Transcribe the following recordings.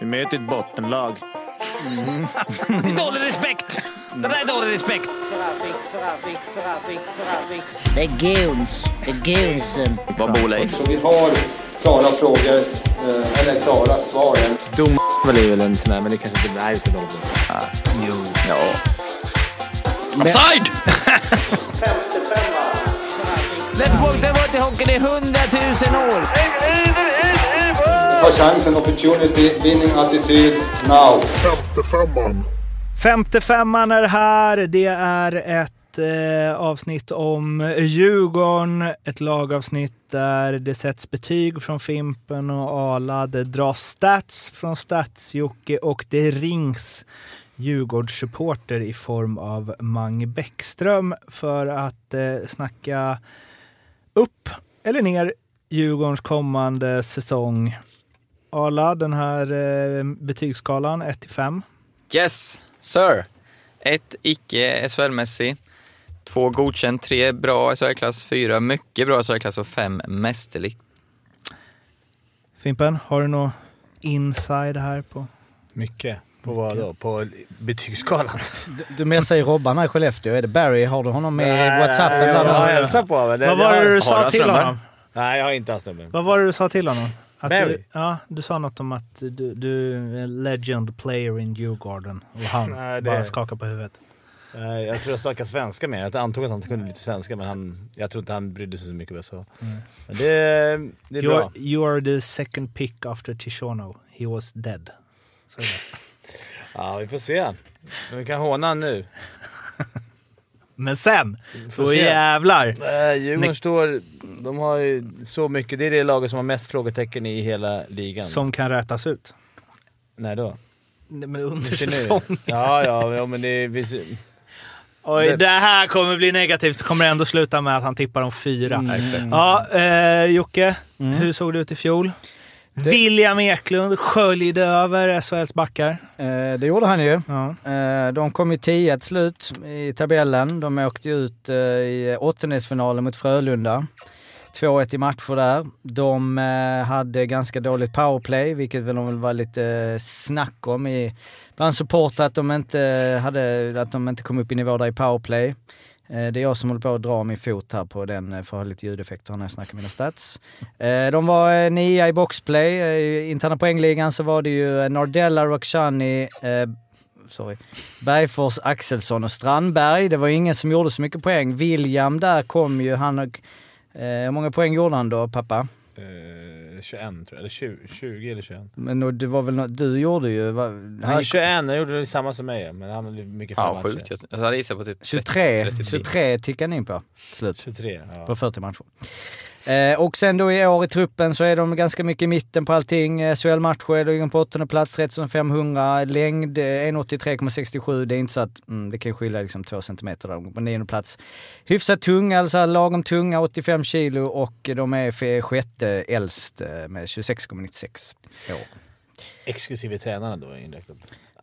Vi möter ett bottenlag. Det är dålig respekt. Det där är dålig respekt. Det är gunsen. Vad bor Leif? Så vi har klara frågor, eller klara svar. Dom är väl en sån här, men det kanske inte är just det dåligt. Jo. Ja. Offside! Let's walk the water hockey, det är 100 000 år. Ta chansen, opportunity, winning attityd, now. 55an är här. Det är ett avsnitt om Djurgården. Ett lagavsnitt där det sätts betyg från Fimpen och Arla. Det dras stats från Stats-Jocke och det rings Djurgårdssupporter i form av Mange Bäckström för att snacka upp eller ner Djurgårdens kommande säsong. Arla, den här betygsskalan 1-5. Yes, sir. 1 icke SHL-mässig. 2 godkänd, 3 bra SHL-klass, 4 mycket bra SHL-klass och 5 mästerligt. Fimpen, har du något inside här på? Mycket. På vad då? På betygsskalan. Du med sig Robban här i Skellefteå. Är det Barry? Har du honom med i WhatsApp? Jag hälsar på honom. Vad var det du sa till honom? Nej, jag har inte haft nummer. Vad var det du sa till honom? Barry? Du sa något om att du är en legend player in Djurgården. Och han bara skakar på huvudet. Jag tror jag snackar svenska med. Jag antog att han kunde lite svenska, men jag tror inte han brydde sig så mycket vad så. Men det är bra. You are the second pick after Tishono. He was dead. Så är det. Ja, vi får se. Vi kan håna nu. Men sen, så jävlar. Djurgården står, de har ju så mycket. Det är det laget som har mest frågetecken i hela ligan. Som kan rätas ut. Nej då? Men under säsongen. Ja, men det är... Oj, det här kommer bli negativt, så kommer det ändå sluta med att han tippar om 4. Exakt. Ja, Jocke, hur såg det ut i fjol? William Eklund sköljde över SHLs backar. Det gjorde han ju. Ja. De kom ju 10 till slut i tabellen. De åkte ut i åttondelsfinalen mot Frölunda. 2-1 i matcher där. De hade ganska dåligt powerplay, vilket väl var lite snack om bland supporter att de inte kom upp i nivå där i powerplay. Det är jag som håller på att dra min fot här på den för att ha lite ljudeffekter när jag snackar mina stats. De var 9 i boxplay. I interna poängligan så var det ju Nardella, Roxani, Bergfors, Axelsson och Strandberg. Det var ingen som gjorde så mycket poäng. William där kom ju, hur många poäng gjorde han då, pappa? 21 tror jag, eller 20 eller 21. Men det var väl du gjorde ju... 21, jag gjorde det samma som mig, men han hade mycket fler matcher. Sjukt. Jag hade gissat på typ 23 tickade in på slut. 23, ja. På 40 matcher. Och sen då i år i truppen så är de ganska mycket i mitten på allting. SHL-matcher, då är de på 8:e plats, 3500, längd 1,83,67. Det är inte så att det kan skilja liksom 2 centimeter där på 9:e plats. Hyfsat tunga, alltså lagom tunga, 85 kilo, och de är sjätte äldst med 26,96 år. Exklusive tränarna då inräknat.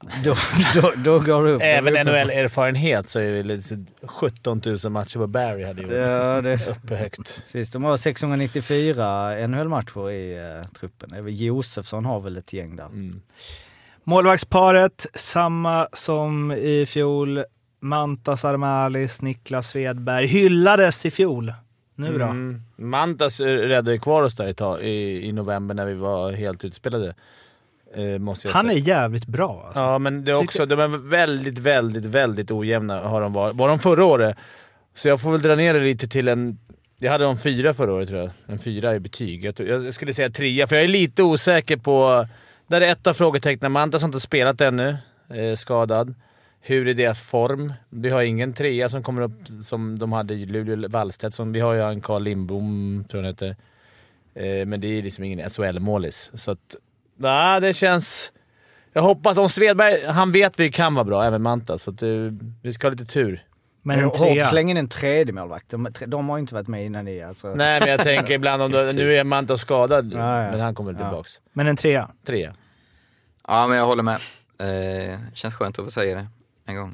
Då går det upp. Även NHL-erfarenhet så är det lite 17 000 matcher på Barry hade gjort. Ja, det uppe högt. Sist de har 694 NHL-matcher i truppen. Även Josefsson har väl ett gäng där. Målvaktsparet, samma som i fjol. Mantas Armalis, Niklas Svedberg hyllades i fjol. Nu då? Mantas räddade ju kvar oss där ett tag i november när vi var helt utspelade. Han är jävligt bra alltså. Ja, men det är också, de är väldigt, väldigt, väldigt ojämna har de var de förra året. Så jag får väl dra ner det lite till jag hade de 4 förra året tror jag. En 4 i betyg. Jag skulle säga 3, för jag är lite osäker på, där är ett av frågetecknen. Mantas har inte spelat ännu, skadad. Hur är deras form? Vi har ingen 3 som kommer upp som de hade i Luleå Wallstedt. Som vi har ju en Carl Lindbom tror jag heter. Men det är liksom ingen SHL-målis. Så att nej, det känns... Jag hoppas om Svedberg, han vet vi kan vara bra, även Mantas, så att vi ska ha lite tur. Men en 3. Släng in en 3:e målvakt. De har inte varit med innan ni alltså. Nej, men jag tänker ibland om nu är Mantas skadad, men han kommer väl tillbaks. Men en 3. 3. Ja, men jag håller med. Känns skönt att få säga det en gång.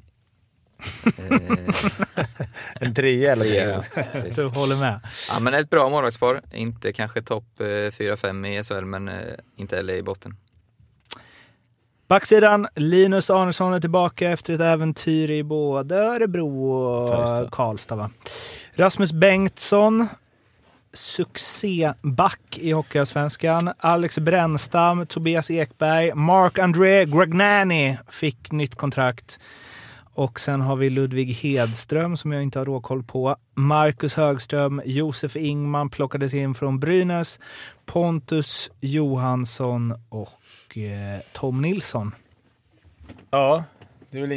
En 3 eller 3. Du håller med. Ja, men ett bra målvaktspar. Inte kanske topp 4-5 i SHL, men inte heller i botten. Backsidan, Linus Arnesson är tillbaka efter ett äventyr i både Örebro och Karlstad. Va? Rasmus Bengtsson, succéback i Hockeyallsvenskan. Alex Brännstam, Tobias Ekberg, Marc-André Gragnani fick nytt kontrakt. Och sen har vi Ludvig Hedström som jag inte har råkoll på. Marcus Högström, Josef Ingman plockades in från Brynäs. Pontus Johansson och Tom Nilsson. Ja, det är väl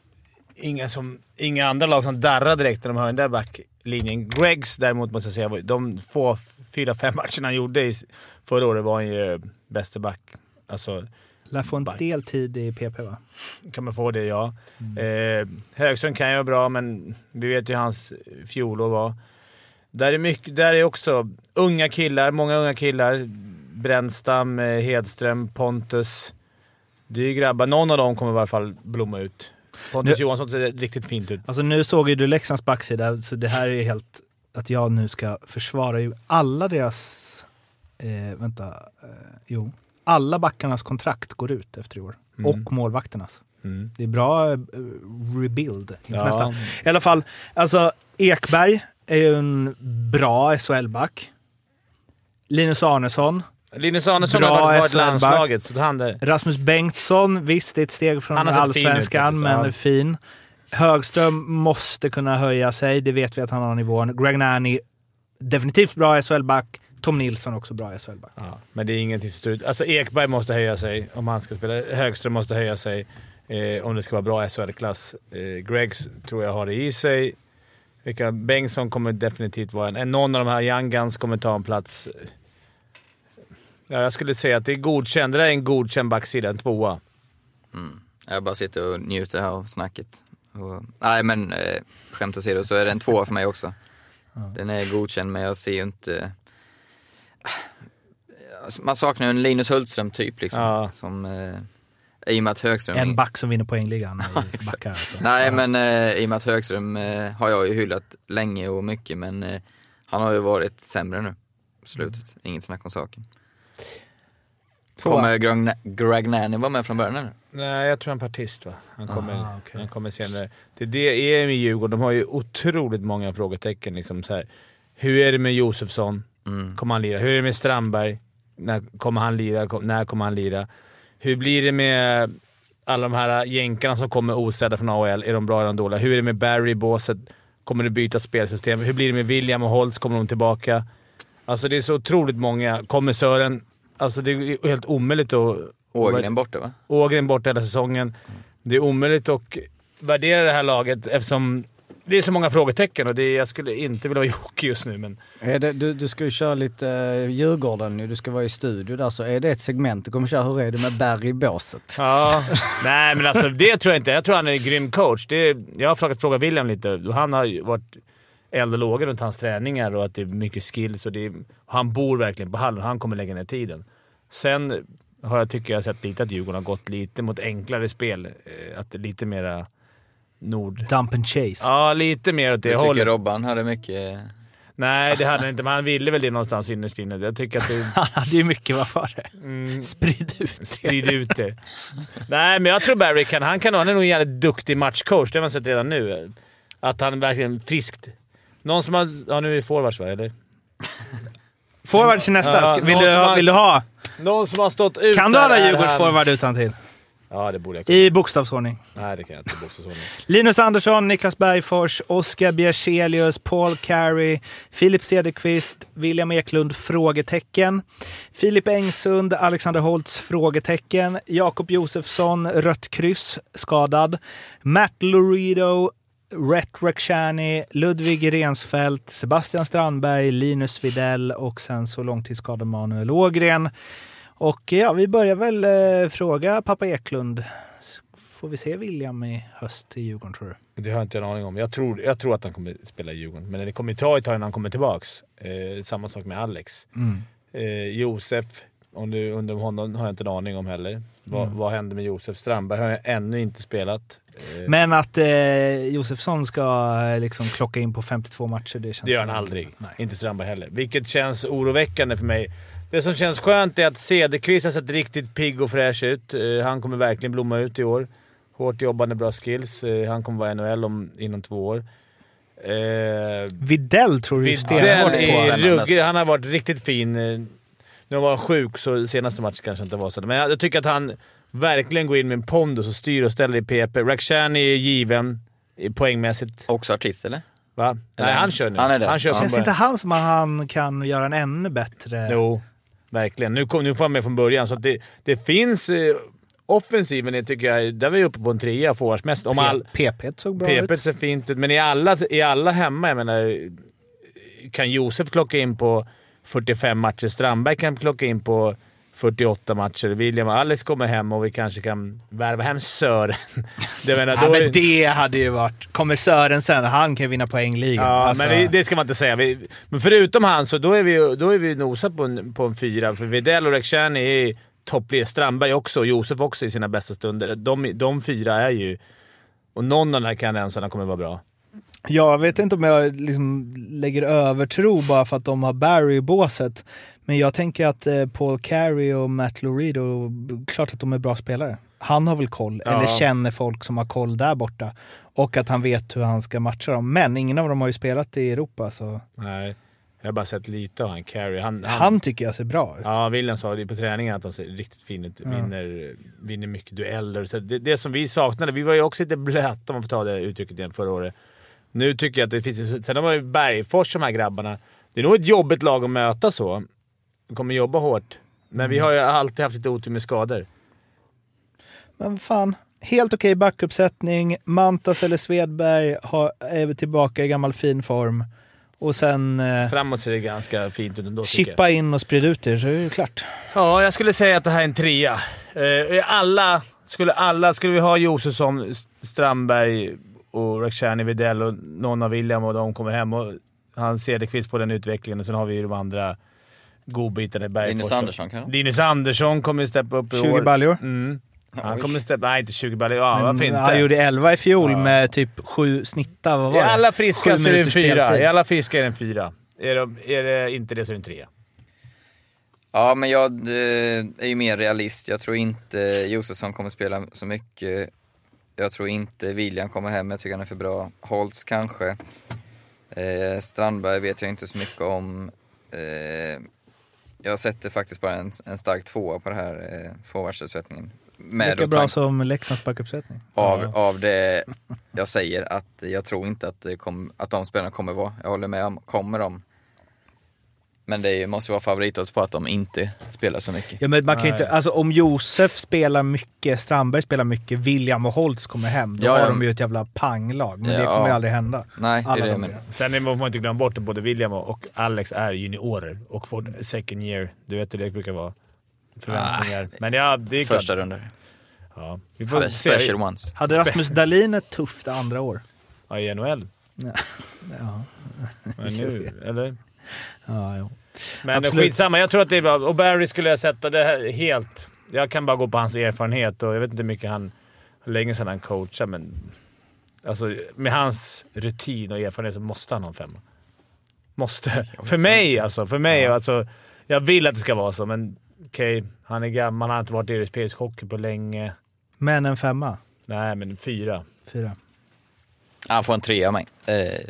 inga andra lag som darrar direkt när de har den där backlinjen. Greggs däremot måste jag säga, de få 4-5 matcherna han gjorde förra året var han ju bästa back. Alltså, lär få en del tid i PP, va? Kan man få det, ja. Högström kan ju vara bra, men vi vet ju hans fjolår var. Där är också unga killar, många unga killar. Brännstam, Hedström, Pontus. Det är ju grabbar. Någon av dem kommer i alla fall blomma ut. Pontus Johansson ser riktigt fint ut. Alltså nu såg ju du Leksands backsida, så det här är helt att jag nu ska försvara ju alla deras alla backarnas kontrakt går ut efter i år. Och målvakternas. Det är bra rebuild inför nästa. I alla fall, alltså Ekberg är ju en bra SHL-back. Linus Arnesson har varit landslaget, så han där. Rasmus Bengtsson, visst det är ett steg från allsvenskan, men fin. Högström måste kunna höja sig, det vet vi att han har nivån. Gragnani, definitivt bra SHL-back. Tom Nilsson också bra SHL-back. Ja, men det är ingenting stort. Alltså Ekberg måste höja sig om han ska spela. Högström måste höja sig om det ska vara bra SHL-klass. Greggs tror jag har det i sig. Bengtsson kommer definitivt vara någon av de här Young Guns kommer ta en plats. Ja, jag skulle säga att det är godkänd. Det är en godkänd backsida, en 2. Jag bara sitter och njuter här av snacket. Nej, men skämt åsido så är det en 2 för mig också. Den är godkänd, men jag ser ju inte... Man saknar ju en Linus Hultström typ liksom. Ja. Som, i och med att Högström... En back som vinner poängligan. Backar, alltså. Nej, men i och med att Högström har jag ju hyllat länge och mycket, men han har ju varit sämre nu på slutet. Inget snack om saken. Kommer Gragnani vara med från början eller? Nej, jag tror han är partist, va? Han kommer senare. Det är med Djurgården. De har ju otroligt många frågetecken. Liksom, så här. Hur är det med Josefsson? Kommer han lira? Hur är det med Strandberg? När kommer han lira? Hur blir det med alla de här jänkarna som kommer osedda från AHL? Är de bra eller dåliga? Hur är det med Barry i båset? Kommer det byta spelsystem? Hur blir det med William och Holtz? Kommer de tillbaka? Alltså det är så otroligt många. Kommer Sören? Alltså det är helt omöjligt att... Ågren borta, va? Ågren borta hela säsongen. Det är omöjligt att värdera det här laget eftersom det är så många frågetecken och jag skulle inte vilja vara hockey just nu. Men... Du ska ju köra lite Djurgården nu, du ska vara i studio där, så är det ett segment. Du kommer köra hur är det med Barry i båset? Ja, nej men alltså det tror jag inte. Jag tror han är en grym coach. Jag har frågat William lite. Han har ju varit eld och lågor runt hans träningar och att det är mycket skills och han bor verkligen på hallen. Han kommer lägga ner tiden. Sen tycker jag sett lite att Djurgården har gått lite mot enklare spel. Att det är lite mera Dump and chase. Ja, lite mer åt det hållet. Jag tycker Robban hade mycket... Nej, det hade han inte. Men han ville väl det någonstans innerst inne. Jag tycker att det... Han hade ju mycket, vad var det? Sprid ut det. Nej, men jag tror Barry han är nog en jävligt duktig matchcoach. Det har man sett redan nu. Att han verkligen friskt. Någon som har... Ja, nu är det forwards, va? Eller? Forwards nästa. Vill du ha? Någon som har stått ut. Kan du alla Djurgårds forward utan till? Ja, det borde jag kunna. I bokstavsordning. Nej, det kan jag inte. Bokstavsordning. Linus Andersson, Niklas Bergfors, Oskar Bjärselius, Paul Carey, Filip Cederqvist, William Eklund, frågetecken. Filip Engsund, Alexander Holtz, frågetecken. Jakob Josefsson, rött kryss, skadad. Matt Lorido, Rhett Rakhshani, Ludvig Rensfeldt, Sebastian Strandberg, Linus Widell och sen så långtidsskadad Manuel Ågren. Och ja, vi börjar väl fråga pappa Eklund. Får vi se William i höst i Djurgården, tror du? Det har jag inte en aning om. Jag tror att han kommer spela i Djurgården. Men det kommer ta ett tag innan han kommer tillbaks. Samma sak med Alex. Josef, om du undrar om honom, har jag inte en aning om heller. Vad händer med Josef? Strandberg har jag ännu inte spelat. Men att Josefsson ska liksom klocka in på 52 matcher, det känns... Det gör han aldrig. Nej. Inte Strandberg heller. Vilket känns oroväckande för mig. Det som känns skönt är att Cederqvist har sett riktigt pigg och fräsch ut. Han kommer verkligen blomma ut i år. Hårt jobbande, bra skills. Han kommer vara NHL inom 2 år. Videll tror du stenhårt på. Han har varit riktigt fin. När han var sjuk så senaste matchen kanske inte var så. Men jag tycker att han verkligen går in med en pondus och styr och ställer i PP. Rakhshani är given poängmässigt. Också artist, eller? Va? Nej, han kör nu. Han är det. Han kör Känns inte han som att han kan göra en ännu bättre... Jo, verkligen. Nu får han med från början. Så att det finns... offensiven tycker jag, där var vi uppe på en 3 forwardsmässigt. PP såg bra ut. PP ser fint ut, men i alla hemma, jag menar, kan Josef klocka in på 45 matcher, Strandberg kan klocka in på 48 matcher, William och Alex kommer hem och vi kanske kan värva hem Sören. Men det hade ju varit... Kommer Sören sen, han kan vinna poängligan. Ja, alltså. Men det ska man inte säga. Men förutom han så då är vi nosat på en 4, för Videll och Rakhshani är topplig. Strandberg också och Josef också i sina bästa stunder. De 4 är ju... Och någon av de här kanadensarna kommer vara bra. Jag vet inte om jag liksom lägger övertro bara för att de har Barry i båset. Men jag tänker att Paul Carey och Matt Loredo, klart att de är bra spelare. Han har väl koll, eller känner folk som har koll där borta. Och att han vet hur han ska matcha dem. Men ingen av dem har ju spelat i Europa. Så. Nej, jag har bara sett lite av han Carey. Han tycker jag ser bra ut. Ja, William sa det på träningen att han ser riktigt fin ut. Vinner mycket dueller. Så det som vi saknade, vi var ju också lite blöta om man får ta det uttrycket igen förra året. Nu tycker jag att det finns... Sen har man ju Bergfors, de här grabbarna. Det är nog ett jobbigt lag att möta så. De kommer jobba hårt. Men vi har ju alltid haft lite otur med skador. Men fan, helt okej backuppsättning. Mantas eller Svedberg är tillbaka i gammal fin form. Och sen... framåt ser det ganska fint ut ändå. Chippa in och sprida ut det, så är det klart. Ja, jag skulle säga att det här är en 3. Skulle vi ha Josefsson, Strandberg och Rakhshani, Videll och någon av William och de kommer hem och han Cederqvist får den utvecklingen och sen har vi ju de andra godbitarna i Bergfors. Linus Andersson kanske? Linus Andersson kommer ju steppa upp i 20 år. baljor. Han kommer steppa... Nej, inte 20 baljor. Ja, varför inte? Han gjorde 11 i fjol med typ 7 snittar. Vad var det? I alla friska så är det en 4. speltid. I alla friska är det en 4. Är det inte det så är det en 3. Ja, men jag är ju mer realist. Jag tror inte Josefsson kommer spela så mycket. Jag tror inte William kommer hem. Jag tycker han är för bra. Holtz kanske. Strandberg vet jag inte så mycket om. Jag sätter faktiskt bara en stark 2 på det här forwardsuppsättningen. Lika bra som Leksands backuppsättning. Av det jag säger att jag tror inte att de spelarna kommer vara. Jag håller med om, kommer de. Men det måste vara favoritodds på att de inte spelar så mycket. Ja, men man kan inte, alltså om Josef spelar mycket, Strandberg spelar mycket, William och Holtz kommer hem, då har de ju ett jävla panglag. Men det kommer ju aldrig hända. Nej, det är det. Men... Sen får man inte glömma bort att både William och Alex är juniorer och får second year. Du vet hur det brukar vara. Förväntningar. Men ja, det är klart. Första runder. Ja, vi får Special ones. Hade Rasmus Dahlin ett tufft andra år? Ja, i NHL. Ja. Men nu, eller? Ja, jo. Men absolut. Skitsamma, jag tror att det är bra. Och Barry skulle jag sätta det här helt... Jag kan bara gå på hans erfarenhet och jag vet inte hur mycket hur länge sedan han coachar, men alltså med hans rutin och erfarenhet så måste han ha en 5. Måste. För mig alltså. Jag vill att det ska vara så, men okej, han är gammal, han har inte varit i europeisk hockey på länge. Men en 5? Nej, men 4. Han får en 3 av mig.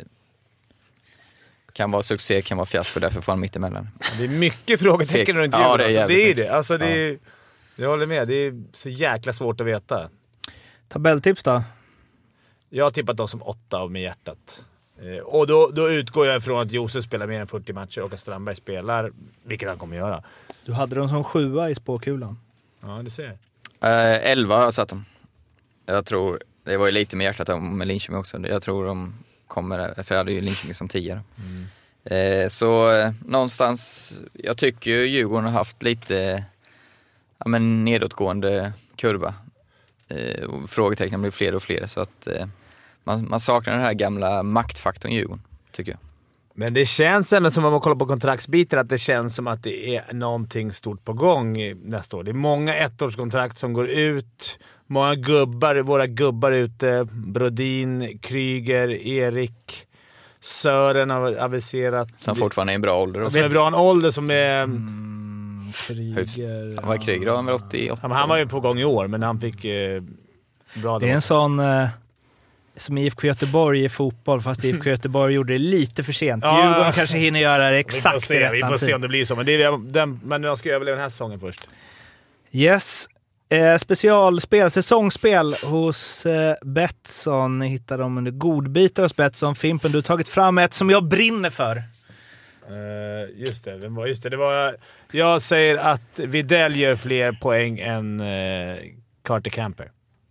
Kan vara succé, kan vara fiasko, därför får han mitt emellan. Det är mycket frågetecken runt Djurgården. Ja, det är det. Alltså, det är, jag håller med, det är så jäkla svårt att veta. Tabelltips då? Jag har tippat dem som 8 av med hjärtat. Och då utgår jag ifrån att Josef spelar mer än 40 matcher och att Strandberg spelar, vilket han kommer göra. Du hade dem som 7 i spåkulan. Ja, det ser jag. 11 har jag satt dem. Jag tror, det var ju lite med hjärtat med Linköping också. Jag tror de kommer, för jag hade ju Linköping som 10. Så någonstans, jag tycker ju Djurgården har haft lite nedåtgående kurva. Frågetecknen blir fler och fler, så att man saknar den här gamla maktfaktorn i Djurgården, tycker jag. Men det känns ändå som, om man kollar på kontraktsbiten, att det känns som att det är någonting stort på gång nästa år. Det är många ettårskontrakt som går ut. Många våra gubbar ute. Brodin, Kryger, Erik, Sören har aviserat. Som fortfarande är en bra ålder. Som är bra en ålder som är... Kryger. Han var Kryger, han var 88. Ja, men han var ju på gång i år, men han fick bra. Det är en sån som IFK Göteborg i fotboll, fast IFK Göteborg gjorde det lite för sent. Djurgården kanske hinner göra det exakt i rätt Vi får se om det blir så, men jag ska överleva den här säsongen först. Yes. Specialspel, säsongsspel hos Betsson hittar de under godbitar hos Betsson. Fimpen, du har tagit fram ett som jag brinner för. Just det. Jag säger att Widell gör fler poäng än Carter Camper.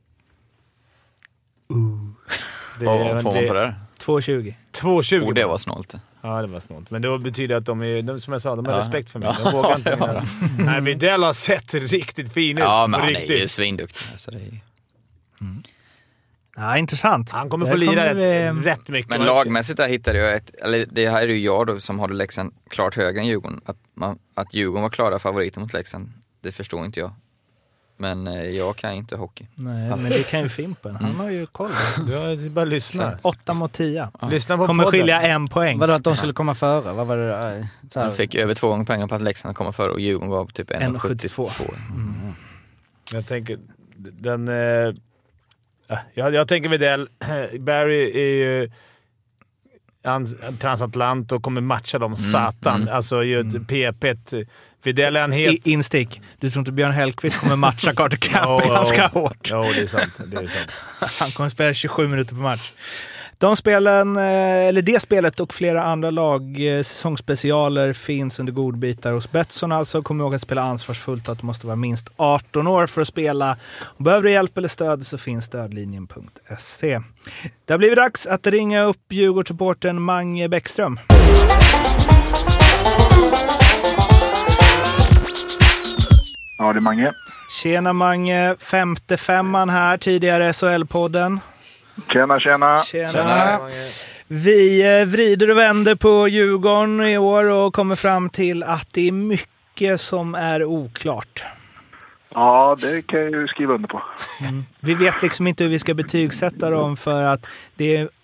Vad får man på det här? 2,20. 2,20. Det var snålt. Ja, det var snålt. Men det betyder att de som jag sa, de har respekt för mig. De vågar inte göra. Nej, Widell har sett riktigt fin ut. Ja, men han är ju svinduktig. Alltså, det är... Ja, intressant. Han kommer få lira rätt mycket. Men lagmässigt där hittade jag det här är ju jag då som har Leksand klart högre än Djurgården. Att Djurgården var klara favoriter mot Leksand, det förstår inte jag. Men jag kan inte hockey. Nej, men det kan ju Fimpen. Han har ju koll. Du har bara lyssnat. 8-10. Ja. Lyssna på kommer podden. Skilja 1 poäng. Vadå att de skulle komma före? Vad var det? De fick över 2 gånger pengar på att Leksand komma före och Djurgården gav typ 1,72. Jag tänker jag tänker Widell. Barry är ju transatlant och kommer matcha dem satan. Alltså ju ett PP1. Widell är en helt... Instick. Du tror inte Björn Hellkvist kommer matcha Carter Camper ganska hårt? Jo, det är sant. Han kommer spela 27 minuter per match. Det spelet och flera andra säsongsspecialer finns under godbitar hos Betsson. Alltså kommer ihåg att spela ansvarsfullt, att du måste vara minst 18 år för att spela. Om behöver du hjälp eller stöd så finns stödlinjen.se. Det har blivit dags att ringa upp Djurgårdssupporten Mange Bäckström. Ja, det är Mange. Tjena Mange, 55an här, tidigare SHL-podden. Tjena. Vi vrider och vänder på Djurgården i år och kommer fram till att det är mycket som är oklart. Ja, det kan jag ju skriva under på. Vi vet liksom inte hur vi ska betygsätta dem, för att det är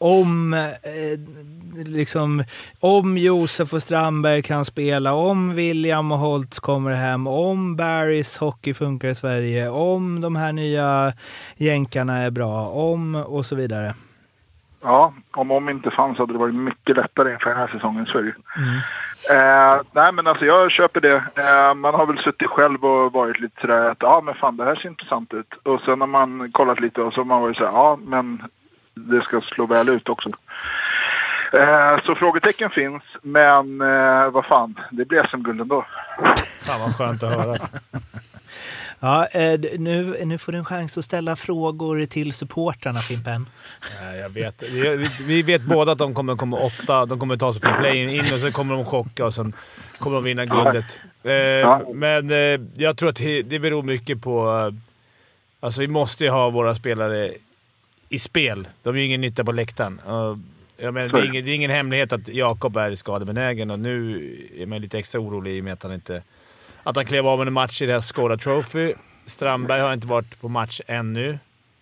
om Josef och Strandberg kan spela, om William och Holtz kommer hem, om Barrys hockey funkar i Sverige, om de här nya jänkarna är bra, och så vidare. Ja, om inte fanns hade det varit mycket lättare inför den här säsongen, så är det. Nej, men alltså jag köper det. Man har väl suttit själv och varit lite sådär att men fan, det här ser intressant ut. Och sen när man kollat lite och så har man varit såhär, men det ska slå väl ut också. Så frågetecken finns, men vad fan, det blir SM-guld ändå. Fan vad skönt att höra. Ja, nu får du en chans att ställa frågor till supportrarna, Fimpen. Jag vet. Vi vet båda att de kommer komma 8. De kommer ta sig från play-in in och så kommer de chocka och sen kommer de vinna guldet. Men jag tror att det beror mycket på... Alltså vi måste ju ha våra spelare i spel. De är ju ingen nytta på läktaren. Jag menar, det är ingen hemlighet att Jakob är skadebenägen och nu är man lite extra orolig i och med att han klev av en match i det här Skoda Trophy. Strandberg har inte varit på match ännu.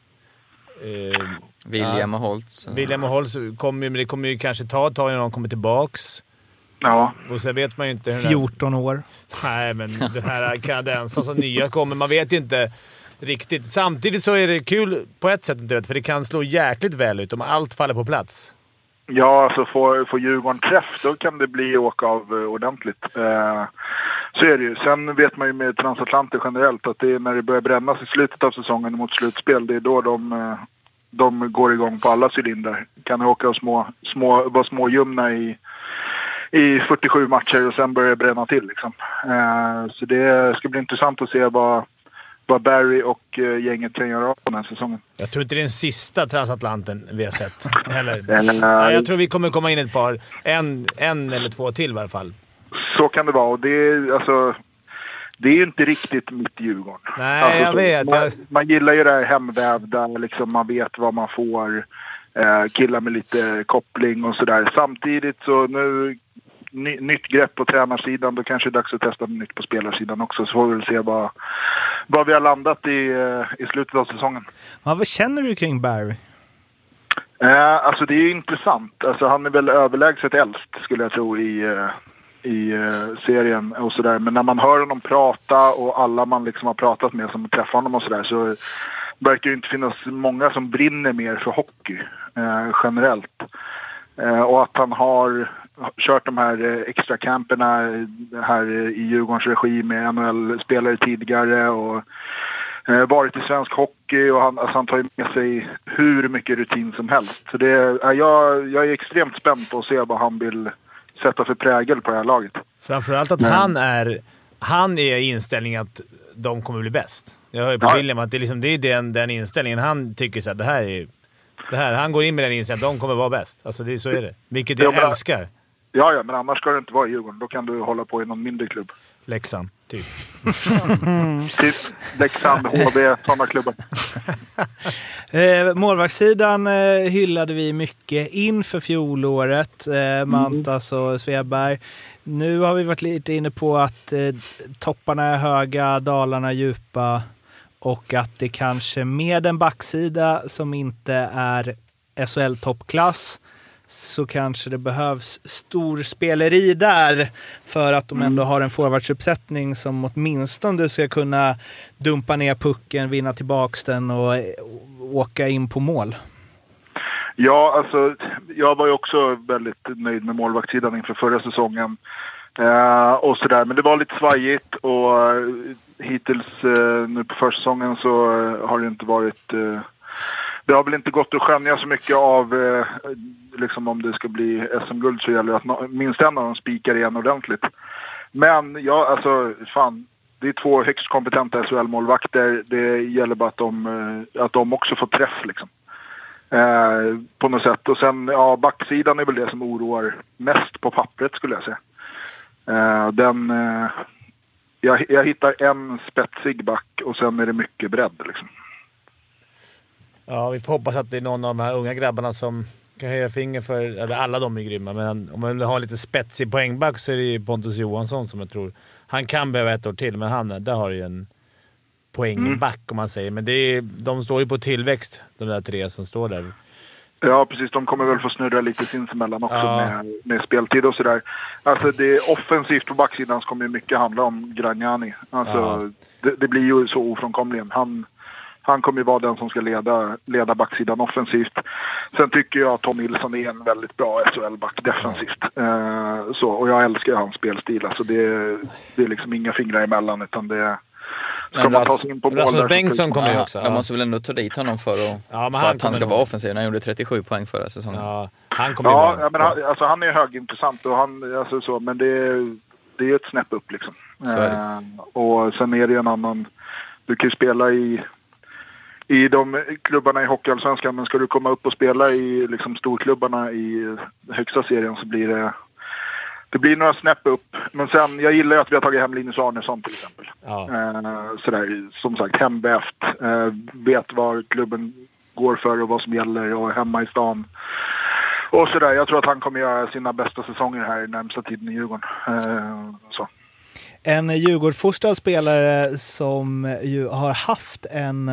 William och Holtz. William och Holtz kommer ju kanske ta ett tag innan de kommer tillbaks. Ja. Och sen vet man ju inte... 14 år. Nej, men den här kanadensaren som nya kommer, man vet ju inte riktigt. Samtidigt så är det kul på ett sätt, inte vet, för det kan slå jäkligt väl ut om allt faller på plats. Ja, alltså får Djurgården träff, då kan det bli åka av ordentligt. Så är det ju. Sen vet man ju med transatlanter generellt att det är när det börjar brännas i slutet av säsongen mot slutspel, det är då de går igång på alla cylindrar. Kan åka och vara småljumna i 47 matcher och sen börjar bränna till liksom. Så det ska bli intressant att se vad Barry och gänget kan göra på den här säsongen. Jag tror inte det är den sista transatlanten vi har sett. Nej, jag tror vi kommer komma in ett par. En eller två till i varje fall. Så kan det vara. Och det är ju inte riktigt mitt Djurgården. Nej, alltså, jag vet. Man gillar ju det här hemvävda. Liksom man vet vad man får. Killar med lite koppling och sådär. Samtidigt så nu... Nytt grepp på tränarsidan. Då kanske det är dags att testa nytt på spelarsidan också. Så får vi väl se vad vi har landat i slutet av säsongen. Ja, vad känner du kring Barry? Alltså det är ju intressant. Alltså han är väl överlägset äldst skulle jag tro serien och sådär. Men när man hör honom prata och alla man liksom har pratat med som träffar honom och sådär, så verkar det inte finnas många som brinner mer för hockey generellt. Och att han har kört de här extra camperna här i Djurgårdens regi med NHL-spelare tidigare och varit i svensk hockey, och han tar med sig hur mycket rutin som helst. Så jag är extremt spänd på att se vad han vill sätta för prägel på det här laget. Framförallt att han är inställningen att de kommer bli bäst. Jag hör ju på William att det är den inställningen. Han tycker så att det här, han går in med den inställningen att de kommer vara bäst. Alltså så är det. Vilket jag älskar. Ja, men annars ska det inte vara i Djurgården. Då kan du hålla på i någon mindre klubb. Leksand, typ. Typ Leksand, HV, sådana klubbar. Målvaktssidan hyllade vi mycket inför fjolåret. Mantas och Svedberg. Nu har vi varit lite inne på att topparna är höga, dalarna djupa. Och att det kanske med en backsida som inte är SHL-toppklass, så kanske det behövs stor speleri där för att de ändå har en forwardsuppsättning som åtminstone ska kunna dumpa ner pucken, vinna tillbaks den och åka in på mål. Ja, alltså jag var ju också väldigt nöjd med målvaktssidan inför förra säsongen och sådär, men det var lite svajigt, och hittills nu på försäsongen så har det inte varit... Det har väl inte gått att skönja så mycket av liksom om det ska bli SM-guld, så gäller det att minst en av dem spikar igen ordentligt. Men ja, alltså fan, det är 2 högst kompetenta SHL-målvakter. Det gäller bara att de också får träff liksom. På något sätt. Och sen, ja, backsidan är väl det som oroar mest på pappret, skulle jag säga. Jag hittar en spetsig back och sen är det mycket bredd liksom. Ja, vi får hoppas att det är någon av de här unga grabbarna som kan höja finger för... Eller alla de är grymma, men om man vill ha lite spetsig poängback så är det ju Pontus Johansson som jag tror... Han kan behöva ett år till, men där har ju en poängback om man säger. Men de står ju på tillväxt, de där 3 som står där. Ja, precis. De kommer väl få snurra lite sinsemellan också med speltid och sådär. Alltså det är offensivt på backsidan, så kommer ju mycket handla om Gragnani. Alltså det blir ju så ofrånkomligen. Han kommer ju vara den som ska leda backsidan offensivt. Sen tycker jag att Tom Nilsson är en väldigt bra SHL-back defensivt. Och jag älskar hans spelstil. Alltså det är liksom inga fingrar emellan, utan det ska man ta sig in på mål. Rasmus Bengtsson kommer ju också. De måste väl ändå ta dit honom för att han ska vara offensiv. Han gjorde 37 poäng förra säsongen. Ja, han kommer ju men han är högintressant, och men det är ett snäpp upp liksom. Och sen är det en annan... Du kan ju spela i de klubbarna i Hockeyallsvenskan, men ska du komma upp och spela i liksom storklubbarna i högsta serien, så blir det blir några snäpp upp. Men sen, jag gillar ju att vi har tagit hem Linus Arnesson till exempel. Ja. Sådär, som sagt, hemvävt. Vet vad klubben går för och vad som gäller, och hemma i stan. Och sådär, jag tror att han kommer göra sina bästa säsonger här i närmsta tiden i Djurgården. Så. En Djurgårdsfostrad spelare som ju har haft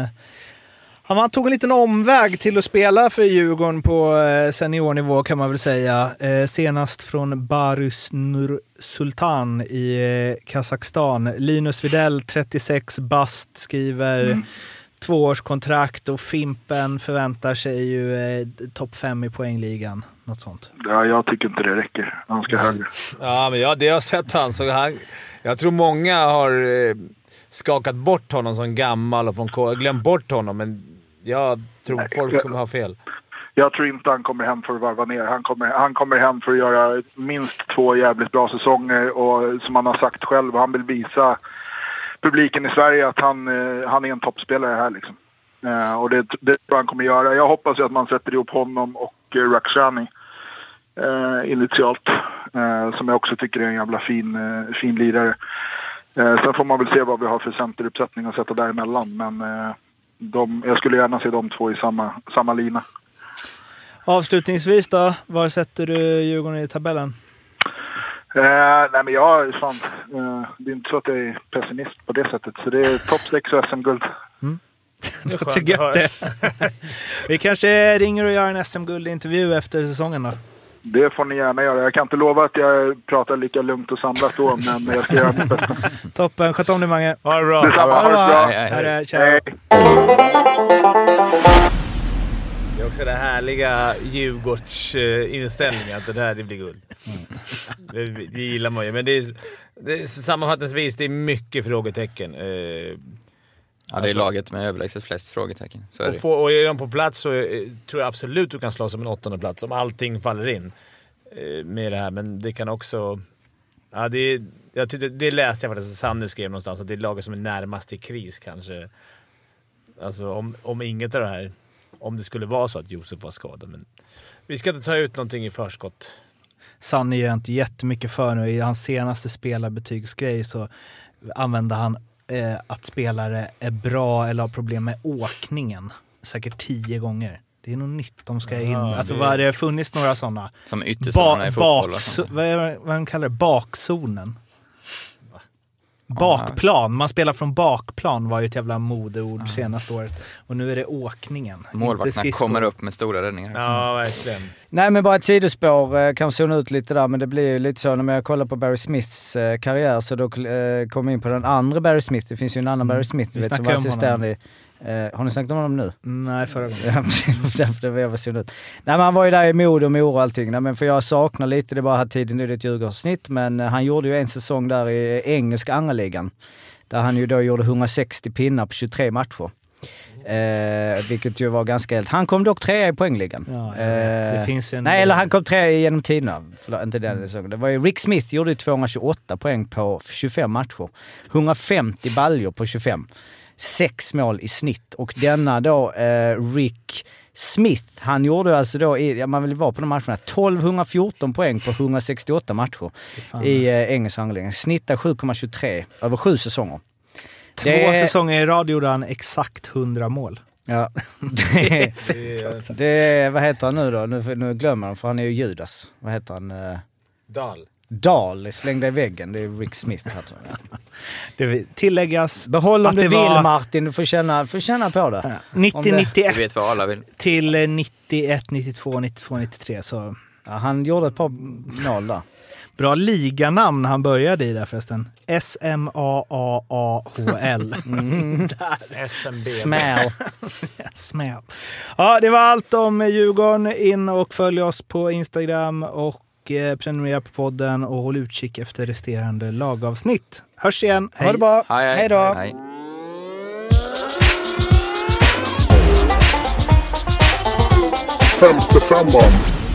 han tog en liten omväg till att spela för Djurgården på seniornivå, kan man väl säga. Senast från Barus Nur Sultan i Kazakstan. Linus Widell, 36 bast, skriver 2-årskontrakt, och Fimpen förväntar sig ju topp 5 i poängligan. Något sånt. Ja, jag tycker inte det räcker. Han ska högre. Ja, men det jag har sett jag tror många har skakat bort honom som gammal och glömt bort honom, men jag tror folk kommer ha fel. Jag tror inte han kommer hem för att varva ner. Han kommer hem för att göra minst 2 jävligt bra säsonger, och som han har sagt själv, han vill visa publiken i Sverige att han är en toppspelare här liksom. Och det tror jag han kommer göra. Jag hoppas ju att man sätter ihop honom och Rakhshani initialt, som jag också tycker är en jävla fin lirare. Sen får man väl se vad vi har för centeruppsättning att sätta däremellan, men jag skulle gärna se de 2 i samma lina. Avslutningsvis då, var sätter du Djurgården i tabellen? Nej, men det är inte så att jag är pessimist på det sättet, så det är topp 6 och SM-guld. Det är gött det. Vi kanske ringer och gör en SM-guldintervju efter säsongen då. Det får ni gärna göra. Jag kan inte lova att jag pratar lika lugnt och samlat då, men jag ska göra mitt bästa. Toppen, sköt om dig Mange. Ha det bra. Detsamma, ha det bra. Hej. Det är också det härliga Djurgårdsinställningen, att det blir guld. Det gillar man ju, men det är sammanfattningsvis, det är mycket frågetecken. Ja, det är laget med överlägset flest frågetecken. Så är det. Och är de på plats så tror jag absolut du kan slåss om en 8:e plats om allting faller in med det här. Men det kan också... Ja, det läste jag faktiskt. Sanne skrev någonstans att det är laget som är närmast i kris kanske. Alltså om inget av det här... Om det skulle vara så att Josef var skadad. Men vi ska inte ta ut någonting i förskott. Sanne gör inte jättemycket för nu. I hans senaste spelarbetygsgrej så använde han att spelare är bra eller har problem med åkningen säkert 10 gånger. Det är nog nytt de ska in. Alltså vad det funnits några sådana. Som ytterzonerna i fotboll. Vad de kallar det? Bakzonen. Bakplan. Man spelar från bakplan var ju ett jävla modeord senaste året. Och nu är det åkningen. Målvakterna kommer upp med stora räddningar. Ja, verkligen. Nej, men bara ett sidospår. Kan zona ut lite där, men det blir ju lite så när jag kollar på Barry Smiths karriär, så då kommer in på den andra Barry Smith. Det finns ju en annan Barry Smith, Vi vet, som var assisterande i... Har ni snackat om honom nu? Nej, förra gången. Därför var jag zona ut. Nej, men han var ju där i Mod och Mora och allting. Nej, men för jag saknar lite, det bara här tiden, nu är det ett Djurgårdssnitt, men han gjorde ju en säsong där i engelska angerligan. Där han ju då gjorde 160 pinnar på 23 matcher. Vilket ju var ganska helt. Han kom dock 3 i poängligan. Ja, det finns en... Nej, eller han kom 3 genom tiderna. Inte den säsongen. Det var ju Rick Smith gjorde 228 poäng på 25 matcher. 150 baljor på 25. 6 mål i snitt. Och denna då Rick Smith, han gjorde alltså då man vill vara på de matcherna 1214 poäng på 168 matcher i engelska anläggning. Snittar 7,23 över 7 säsonger. 2 säsonger i rad gjorde han exakt 100 mål. Ja. det vad heter han nu då? Nu glömmer han, för han är ju Judas. Vad heter han? Dahl slängde i väggen. Det är Rick Smith. Det tilläggas. Behåll om du vill, Martin. Du får känna på det. 90-91 vet vad alla vill. till 91-92-93. Så. Ja, han gjorde ett par mål där. Bra liganamn han började i där förresten. SMAAAHL. SMB. Smäll. Ja, det var allt om Djurgården. In och följ oss på Instagram och prenumerera på podden och håll utkik efter resterande lagavsnitt. Hörs igen. Ha det bra. Hej då. Hej. Femte femman.